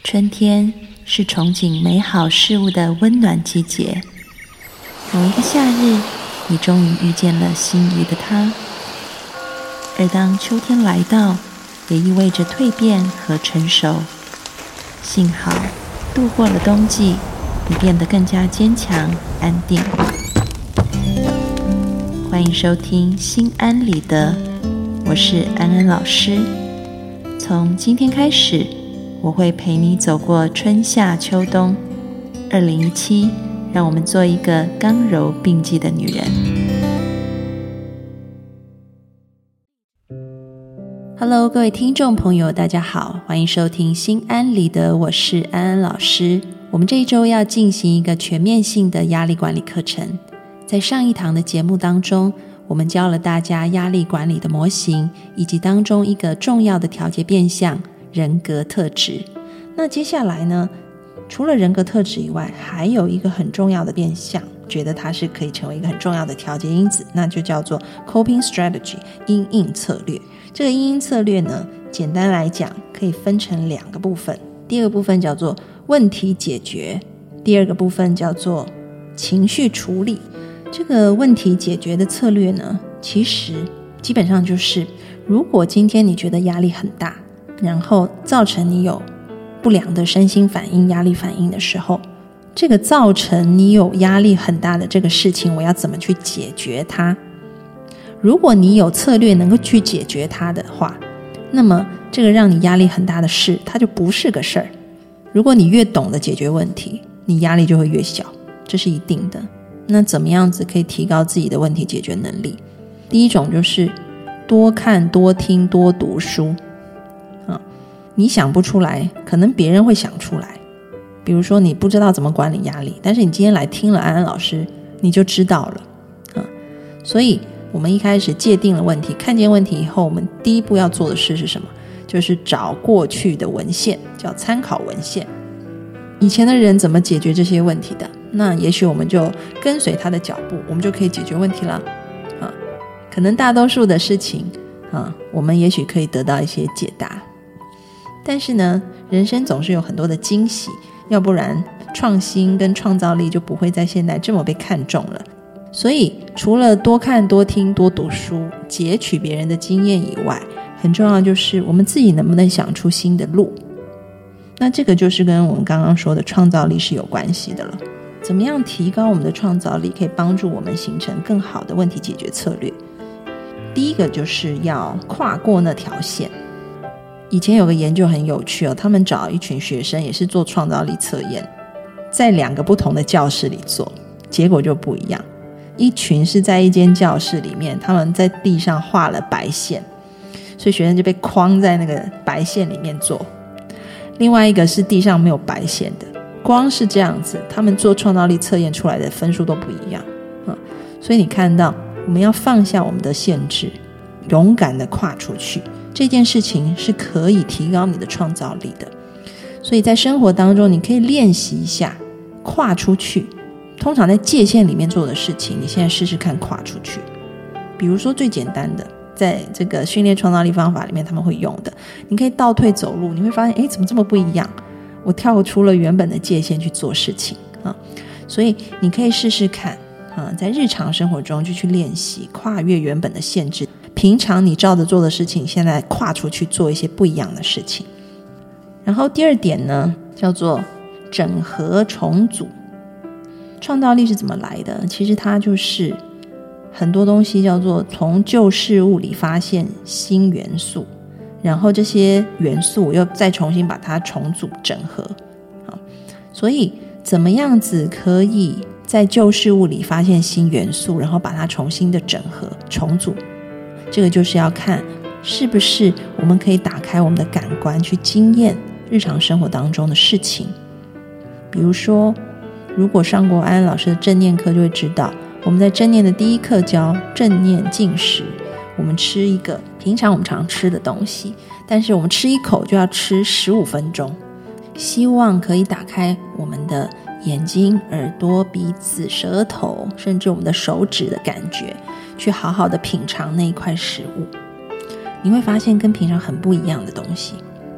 春天是憧憬美好事物的温暖季节。某一个夏日，你终于遇见了心仪的他。而当秋天来到，也意味着蜕变和成熟。幸好度过了冬季，你变得更加坚强安定。欢迎收听心安理得，我是安安老师。从今天开始，我会陪你走过春夏秋冬。2017，让我们做一个刚柔并济的女人。Hello， 各位听众朋友，大家好，欢迎收听心安理得，我是安安老师。我们这一周要进行一个全面性的压力管理课程。在上一堂的节目当中，我们教了大家压力管理的模型，以及当中一个重要的调节变项——人格特质。那接下来呢，除了人格特质以外，还有一个很重要的变项，觉得它是可以成为一个很重要的调节因子，那就叫做 coping strategy， 因应策略。这个因应策略呢，简单来讲可以分成两个部分。第一个部分叫做问题解决，第二个部分叫做情绪处理。这个问题解决的策略呢，其实基本上就是，如果今天你觉得压力很大，然后造成你有不良的身心反应、压力反应的时候，这个造成你有压力很大的这个事情，我要怎么去解决它？如果你有策略能够去解决它的话，那么这个让你压力很大的事，它就不是个事儿。如果你越懂得解决问题，你压力就会越小，这是一定的。那怎么样子可以提高自己的问题解决能力？第一种就是多看、多听、多读书。你想不出来，可能别人会想出来。比如说你不知道怎么管理压力，但是你今天来听了安安老师，你就知道了。所以我们一开始界定了问题，看见问题以后，我们第一步要做的事是什么？就是找过去的文献，叫参考文献。以前的人怎么解决这些问题的？那也许我们就跟随他的脚步，我们就可以解决问题了。可能大多数的事情我们也许可以得到一些解答。但是呢，人生总是有很多的惊喜，要不然创新跟创造力就不会在现代这么被看重了。所以除了多看、多听、多读书，截取别人的经验以外，很重要就是我们自己能不能想出新的路。那这个就是跟我们刚刚说的创造力是有关系的了。怎么样提高我们的创造力，可以帮助我们形成更好的问题解决策略？第一个就是要跨过那条线。以前有个研究很有趣他们找一群学生也是做创造力测验，在2个不同的教室里做，结果就不一样。一群是在一间教室里面，他们在地上画了白线，所以学生就被框在那个白线里面做。另外一个是地上没有白线的，光是这样子，他们做创造力测验出来的分数都不一样。所以你看到我们要放下我们的限制，勇敢的跨出去，这件事情是可以提高你的创造力的。所以在生活当中，你可以练习一下跨出去。通常在界限里面做的事情，你现在试试看跨出去。比如说最简单的，在这个训练创造力方法里面他们会用的，你可以倒退走路，你会发现怎么这么不一样，我跳出了原本的界限去做事情所以你可以试试看在日常生活中就去练习跨越原本的限制，平常你照着做的事情，现在跨出去做一些不一样的事情。然后第二点呢，叫做整合重组。创造力是怎么来的？其实它就是很多东西叫做从旧事物里发现新元素，然后这些元素又再重新把它重组整合。所以怎么样子可以在旧事物里发现新元素，然后把它重新的整合重组？这个就是要看是不是我们可以打开我们的感官去经验日常生活当中的事情。比如说如果上过安安老师的正念课，就会知道我们在正念的第一课教正念进食。我们吃一个平常我们常吃的东西，但是我们吃一口就要吃15分钟，希望可以打开我们的眼睛、耳朵、鼻子、舌头，甚至我们的手指的感觉，去好好的品尝那一块食物。你会发现跟平常很不一样的东西。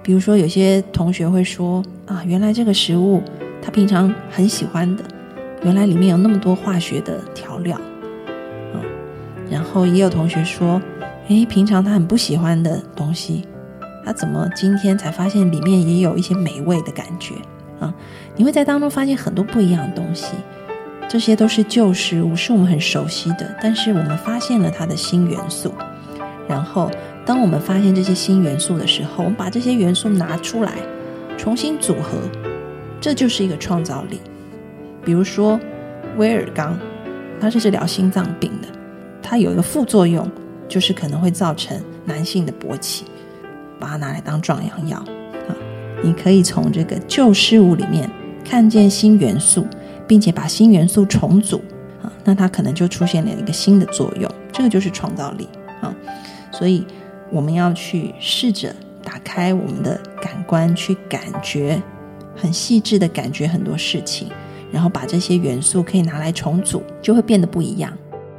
比如说有些同学会说原来这个食物他平常很喜欢的，原来里面有那么多化学的调料然后也有同学说平常他很不喜欢的东西，他怎么今天才发现里面也有一些美味的感觉你会在当中发现很多不一样的东西，这些都是旧食物，是我们很熟悉的，但是我们发现了它的新元素。然后当我们发现这些新元素的时候，我们把这些元素拿出来重新组合，这就是一个创造力。比如说威尔刚，它是治疗心脏病的，它有一个副作用，就是可能会造成男性的勃起，把它拿来当壮阳药你可以从这个旧事物里面看见新元素，并且把新元素重组那它可能就出现了一个新的作用，这个就是创造力所以我们要去试着打开我们的感官，去感觉，很细致的感觉很多事情，然后把这些元素可以拿来重组，就会变得不一样。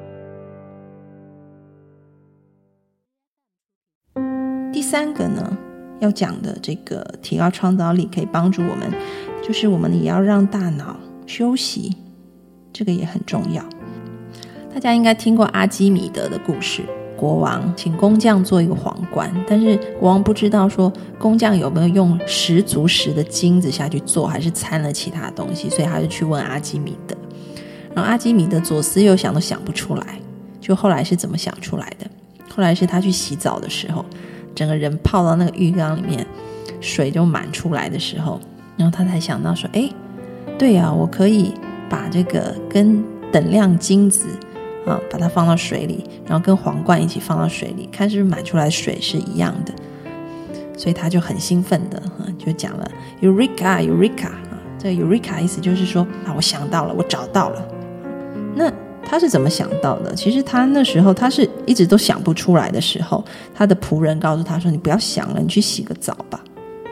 第三个呢，要讲的这个提高创造力可以帮助我们，就是我们也要让大脑休息，这个也很重要。大家应该听过阿基米德的故事，国王请工匠做一个皇冠，但是国王不知道说工匠有没有用10足10的金子下去做，还是掺了其他东西，所以他就去问阿基米德。然后阿基米德左思右想都想不出来，就后来是怎么想出来的？后来是他去洗澡的时候，整个人泡到那个浴缸里面，水就满出来的时候，然后他才想到说对啊，我可以把这个跟等量金子把它放到水里，然后跟皇冠一起放到水里，看是不是满出来的水是一样的。所以他就很兴奋的就讲了 Eureka Eureka 这个 Eureka 意思就是说我想到了，我找到了。那他是怎么想到的？其实他那时候他是一直都想不出来的时候，他的仆人告诉他说，你不要想了，你去洗个澡吧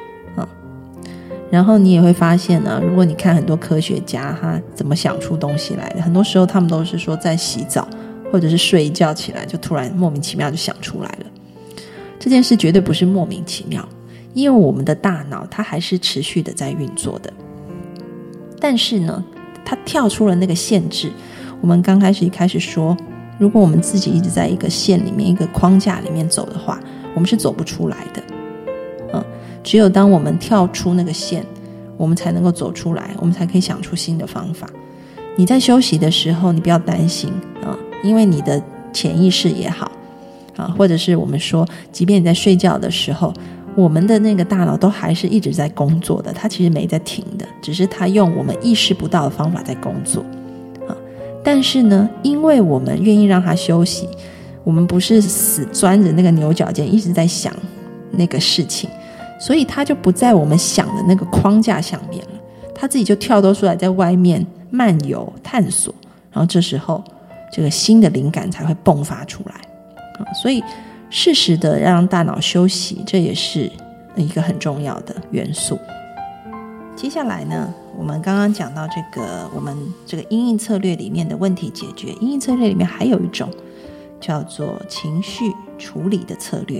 然后你也会发现呢，如果你看很多科学家他怎么想出东西来的，很多时候他们都是说在洗澡或者是睡一觉起来就突然莫名其妙就想出来了。这件事绝对不是莫名其妙，因为我们的大脑它还是持续的在运作的，但是呢它跳出了那个限制。我们刚开始说，如果我们自己一直在一个线里面，一个框架里面走的话，我们是走不出来的只有当我们跳出那个线，我们才能够走出来，我们才可以想出新的方法。你在休息的时候你不要担心因为你的潜意识也好或者是我们说即便你在睡觉的时候，我们的那个大脑都还是一直在工作的，它其实没在停的，只是它用我们意识不到的方法在工作但是呢，因为我们愿意让它休息，我们不是死钻着那个牛角尖一直在想那个事情，所以它就不在我们想的那个框架下面了，它自己就跳脱出来，在外面漫游探索，然后这时候这个新的灵感才会迸发出来所以适时的让大脑休息，这也是一个很重要的元素。接下来呢，我们刚刚讲到我们这个因应策略里面的问题解决，因应策略里面还有一种叫做情绪处理的策略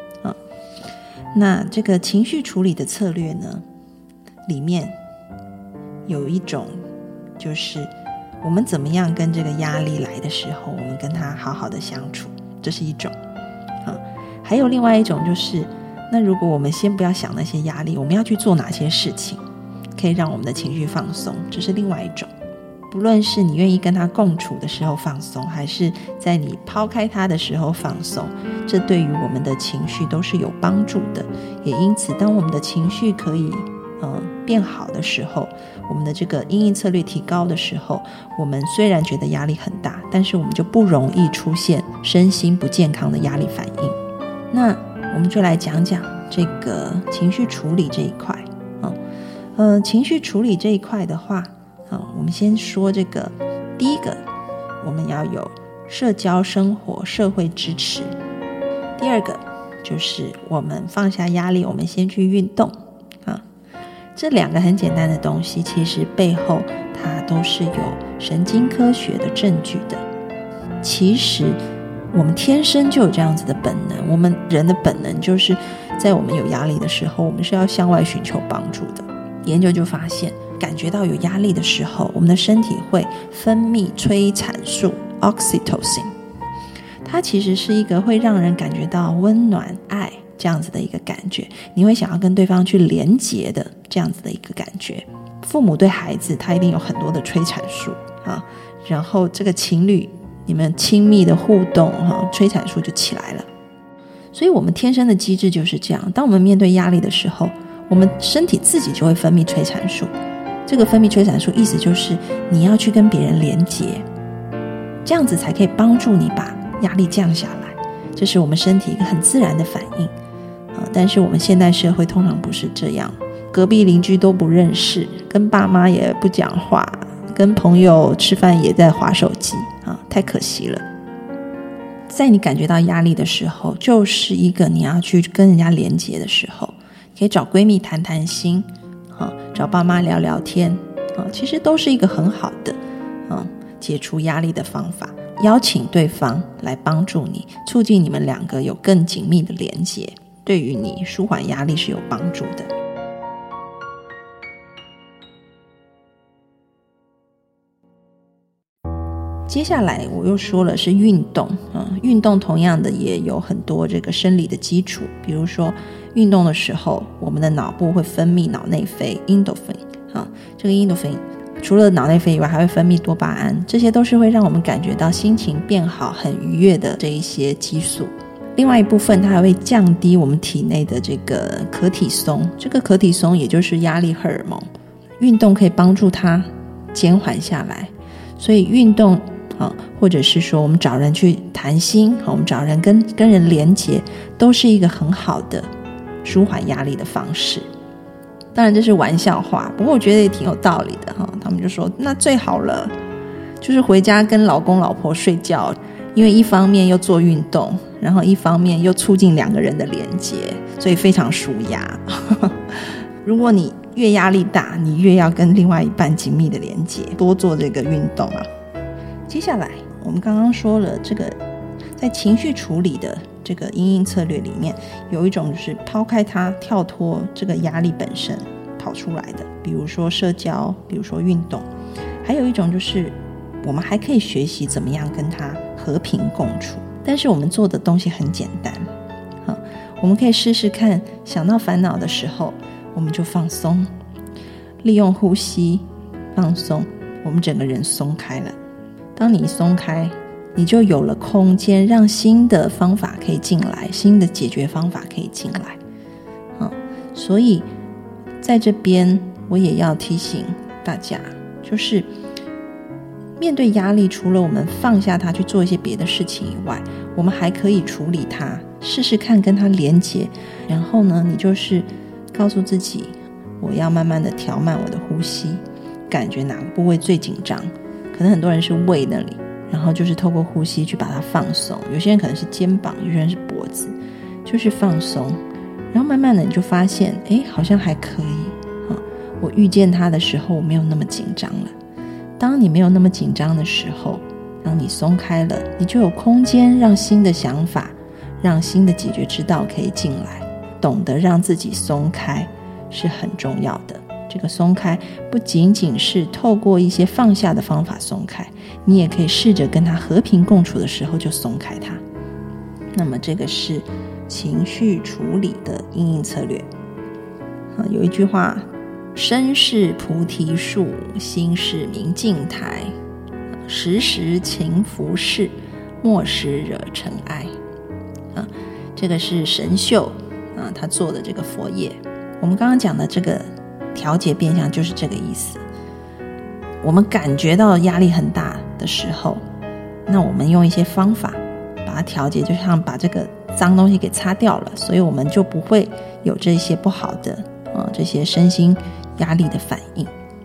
那这个情绪处理的策略呢，里面有一种就是我们怎么样跟这个压力来的时候，我们跟它好好的相处，这是一种还有另外一种就是，那如果我们先不要想那些压力，我们要去做哪些事情可以让我们的情绪放松，这是另外一种。不论是你愿意跟他共处的时候放松，还是在你抛开他的时候放松，这对于我们的情绪都是有帮助的。也因此当我们的情绪可以变好的时候，我们的这个因应策略提高的时候，我们虽然觉得压力很大，但是我们就不容易出现身心不健康的压力反应。那我们就来讲讲这个情绪处理这一块情绪处理这一块的话我们先说这个第一个，我们要有社交生活社会支持。第二个就是我们放下压力，我们先去运动这两个很简单的东西，其实背后它都是有神经科学的证据的。其实我们天生就有这样子的本能，我们人的本能就是在我们有压力的时候，我们是要向外寻求帮助的。研究就发现，感觉到有压力的时候，我们的身体会分泌催产素 oxytocin， 它其实是一个会让人感觉到温暖爱这样子的一个感觉，你会想要跟对方去连结的这样子的一个感觉。父母对孩子他一定有很多的催产素啊，然后这个情侣你们亲密的互动催产素就起来了。所以我们天生的机制就是这样，当我们面对压力的时候，我们身体自己就会分泌催产素。这个分泌催产素意思就是你要去跟别人连结，这样子才可以帮助你把压力降下来，这是我们身体一个很自然的反应但是我们现代社会通常不是这样，隔壁邻居都不认识，跟爸妈也不讲话，跟朋友吃饭也在滑手机太可惜了。在你感觉到压力的时候，就是一个你要去跟人家连结的时候，可以找闺蜜谈谈心找爸妈聊聊天其实都是一个很好的解除压力的方法。邀请对方来帮助你，促进你们两个有更紧密的连结，对于你舒缓压力是有帮助的。接下来我又说了是运动运动同样的也有很多这个生理的基础，比如说运动的时候，我们的脑部会分泌脑内啡 endorphin 这个 endorphin 除了脑内啡以外还会分泌多巴胺，这些都是会让我们感觉到心情变好很愉悦的这一些激素。另外一部分它还会降低我们体内的这个可体松，这个可体松也就是压力荷尔蒙，运动可以帮助它减缓下来。所以运动或者是说我们找人去谈心我们找人跟人连结，都是一个很好的舒缓压力的方式。当然这是玩笑话，不过我觉得也挺有道理的他们就说那最好了就是回家跟老公老婆睡觉，因为一方面又做运动，然后一方面又促进两个人的连结，所以非常舒压如果你越压力大，你越要跟另外一半紧密的连结，多做这个运动接下来我们刚刚说了，这个在情绪处理的这个因应策略里面，有一种就是抛开它，跳脱这个压力本身跑出来的，比如说社交，比如说运动。还有一种就是我们还可以学习怎么样跟它和平共处，但是我们做的东西很简单我们可以试试看，想到烦恼的时候我们就放松，利用呼吸放松，我们整个人松开了。当你松开，你就有了空间，让新的方法可以进来，新的解决方法可以进来所以在这边我也要提醒大家，就是面对压力，除了我们放下它去做一些别的事情以外，我们还可以处理它，试试看跟它连结。然后呢，你就是告诉自己，我要慢慢的调慢我的呼吸，感觉哪个部位最紧张，可能很多人是胃那里，然后就是透过呼吸去把它放松，有些人可能是肩膀，有些人是脖子，就是放松。然后慢慢的你就发现好像还可以我遇见它的时候我没有那么紧张了。当你没有那么紧张的时候，当你松开了，你就有空间让新的想法，让新的解决之道可以进来。懂得让自己松开是很重要的。这个松开不仅仅是透过一些放下的方法松开，你也可以试着跟它和平共处的时候就松开它。那么这个是情绪处理的因应策略有一句话，身是菩提树，心是明镜台，时时勤拂拭，莫使惹尘埃这个是神秀他做的这个佛业。我们刚刚讲的这个调节变相就是这个意思。我们感觉到压力很大的时候，那我们用一些方法把它调节，就像把这个脏东西给擦掉了，所以我们就不会有这些不好的这些身心压力的反应。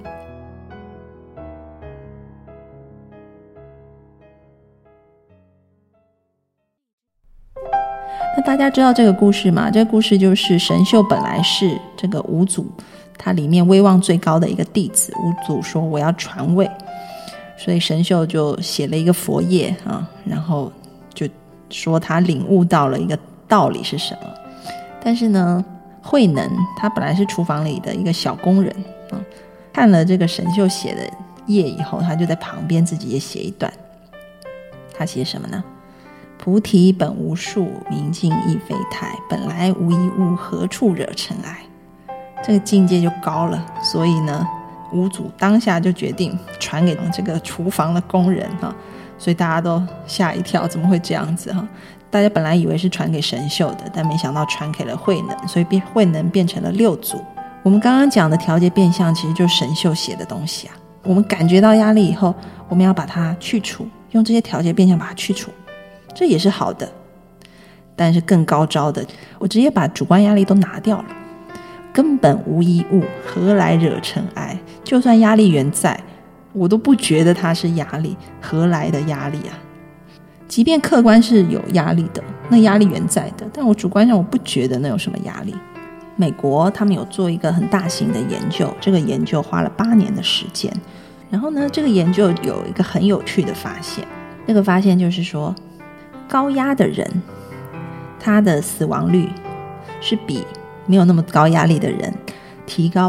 那大家知道这个故事吗？这个故事就是神秀本来是这个五祖他里面威望最高的一个弟子，五祖说我要传位，所以神秀就写了一个佛业然后就说他领悟到了一个道理是什么。 但是呢，慧能他本来是厨房里的一个小工人，看了这个神秀写的页以后，他就在旁边自己也写一段。他写什么呢？菩提本无树，明镜亦非台，本来无一物，何处惹尘埃。这个境界就高了，所以呢，五祖当下就决定传给这个厨房的工人，所以大家都吓一跳，怎么会这样子？大家本来以为是传给神秀的，但没想到传给了慧能，所以慧能变成了六祖。我们刚刚讲的调节变相其实就是神秀写的东西啊。我们感觉到压力以后，我们要把它去除，用这些调节变相把它去除，这也是好的。但是更高招的，我直接把主观压力都拿掉了，根本无一物，何来惹尘埃。就算压力源在，我都不觉得它是压力，何来的压力啊？即便客观是有压力的，那压力源在的，但我主观上我不觉得那有什么压力。美国他们有做一个很大型的研究，这个研究花了8年的时间。然后呢，这个研究有一个很有趣的发现，这个发现就是说，高压的人他的死亡率是比没有那么高压力的人提高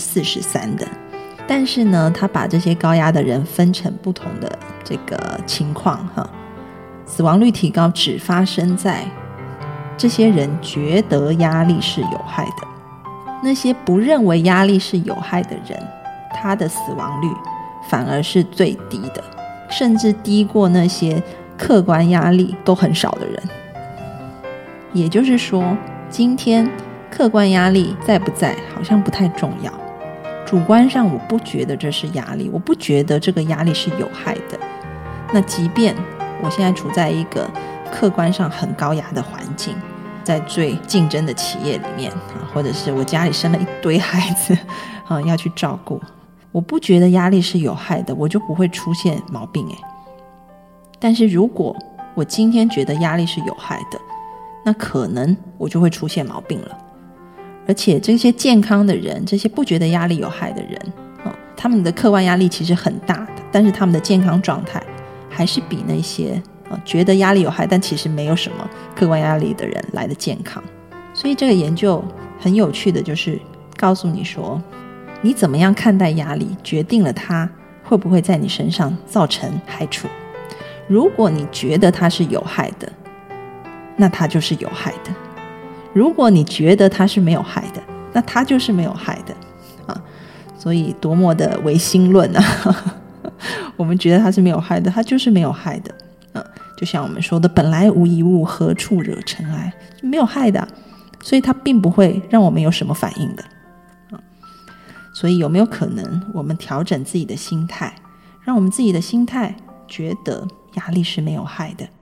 43% 的。但是呢，他把这些高压的人分成不同的这个情况，死亡率提高只发生在这些人觉得压力是有害的，那些不认为压力是有害的人，他的死亡率反而是最低的，甚至低过那些客观压力都很少的人。也就是说，今天客观压力在不在好像不太重要，主观上我不觉得这是压力，我不觉得这个压力是有害的。那即便我现在处在一个客观上很高压的环境，在最竞争的企业里面，或者是我家里生了一堆孩子要去照顾，我不觉得压力是有害的，我就不会出现毛病。但是如果我今天觉得压力是有害的，那可能我就会出现毛病了。而且这些健康的人，这些不觉得压力有害的人，他们的客观压力其实很大的，但是他们的健康状态还是比那些觉得压力有害但其实没有什么客观压力的人来的健康。所以这个研究很有趣的就是告诉你说，你怎么样看待压力决定了它会不会在你身上造成害处。如果你觉得它是有害的，那它就是有害的；如果你觉得它是没有害的，那它就是没有害的所以多么的唯心论我们觉得它是没有害的，它就是没有害的就像我们说的，本来无一物，何处惹尘埃，没有害的所以它并不会让我们有什么反应的所以有没有可能我们调整自己的心态，让我们自己的心态觉得压力是没有害的？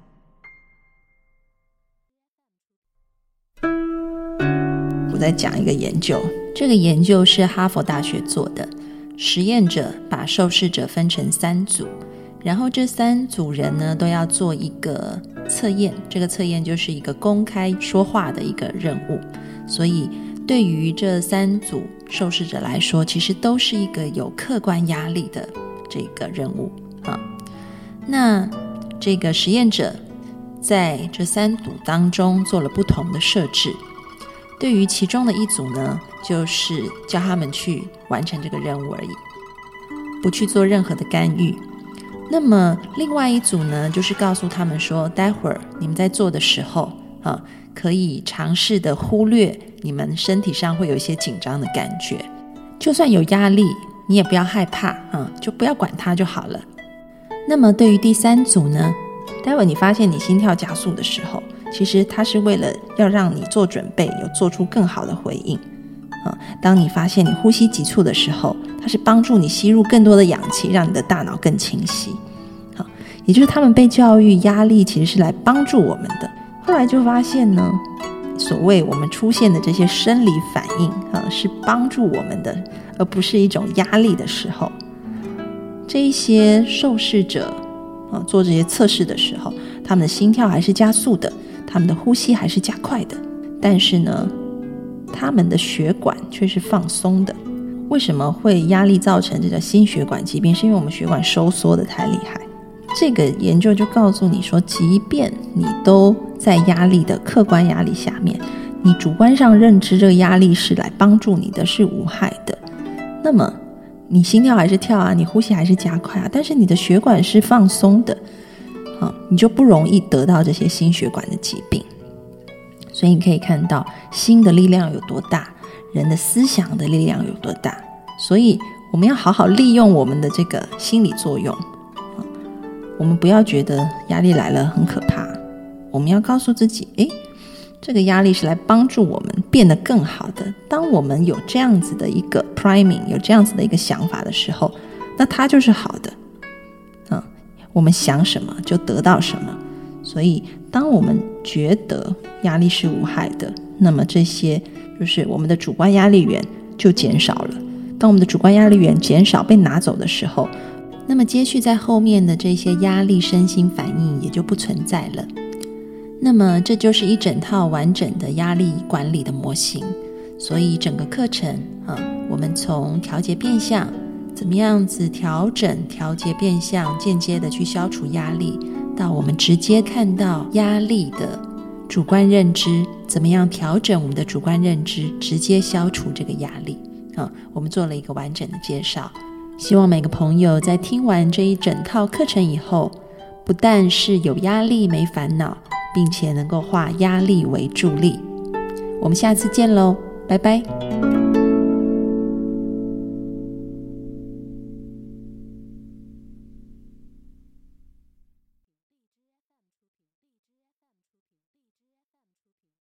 我再讲一个研究，这个研究是哈佛大学做的，实验者把受试者分成3组，然后这3组人呢都要做一个测验，这个测验就是一个公开说话的一个任务，所以对于这3组受试者来说，其实都是一个有客观压力的这个任务那这个实验者在这3组当中做了不同的设置，对于其中的一组呢，就是叫他们去完成这个任务而已，不去做任何的干预。那么另外一组呢，就是告诉他们说，待会儿你们在做的时候可以尝试的忽略你们身体上会有一些紧张的感觉，就算有压力你也不要害怕就不要管它就好了。那么对于第3组呢，待会你发现你心跳加速的时候，其实它是为了要让你做准备，有做出更好的回应当你发现你呼吸急促的时候，它是帮助你吸入更多的氧气，让你的大脑更清晰也就是他们被教育压力其实是来帮助我们的。后来就发现呢，所谓我们出现的这些生理反应是帮助我们的，而不是一种压力的时候，这一些受试者做这些测试的时候，他们的心跳还是加速的，他们的呼吸还是加快的，但是呢他们的血管却是放松的。为什么会压力造成这个心血管疾病？是因为我们血管收缩的太厉害。这个研究就告诉你说，即便你都在压力的客观压力下面， 你主观上认知这个压力是来帮助你的，是无害的，那么你心跳还是跳啊，你呼吸还是加快啊，但是你的血管是放松的，你就不容易得到这些心血管的疾病。所以你可以看到心的力量有多大，人的思想的力量有多大，所以我们要好好利用我们的这个心理作用。我们不要觉得压力来了很可怕，我们要告诉自己，这个压力是来帮助我们变得更好的。当我们有这样子的一个 priming， 有这样子的一个想法的时候，那它就是好的。我们想什么就得到什么。所以当我们觉得压力是无害的，那么这些就是我们的主观压力源就减少了。当我们的主观压力源减少被拿走的时候，那么接续在后面的这些压力身心反应也就不存在了。那么这就是一整套完整的压力管理的模型。所以整个课程我们从调节变相，怎么样子调整调节变相，间接的去消除压力，到我们直接看到压力的主观认知，怎么样调整我们的主观认知，直接消除这个压力。我们做了一个完整的介绍。希望每个朋友在听完这一整套课程以后，不但是有压力没烦恼，并且能够化压力为助力。我们下次见咯，拜拜。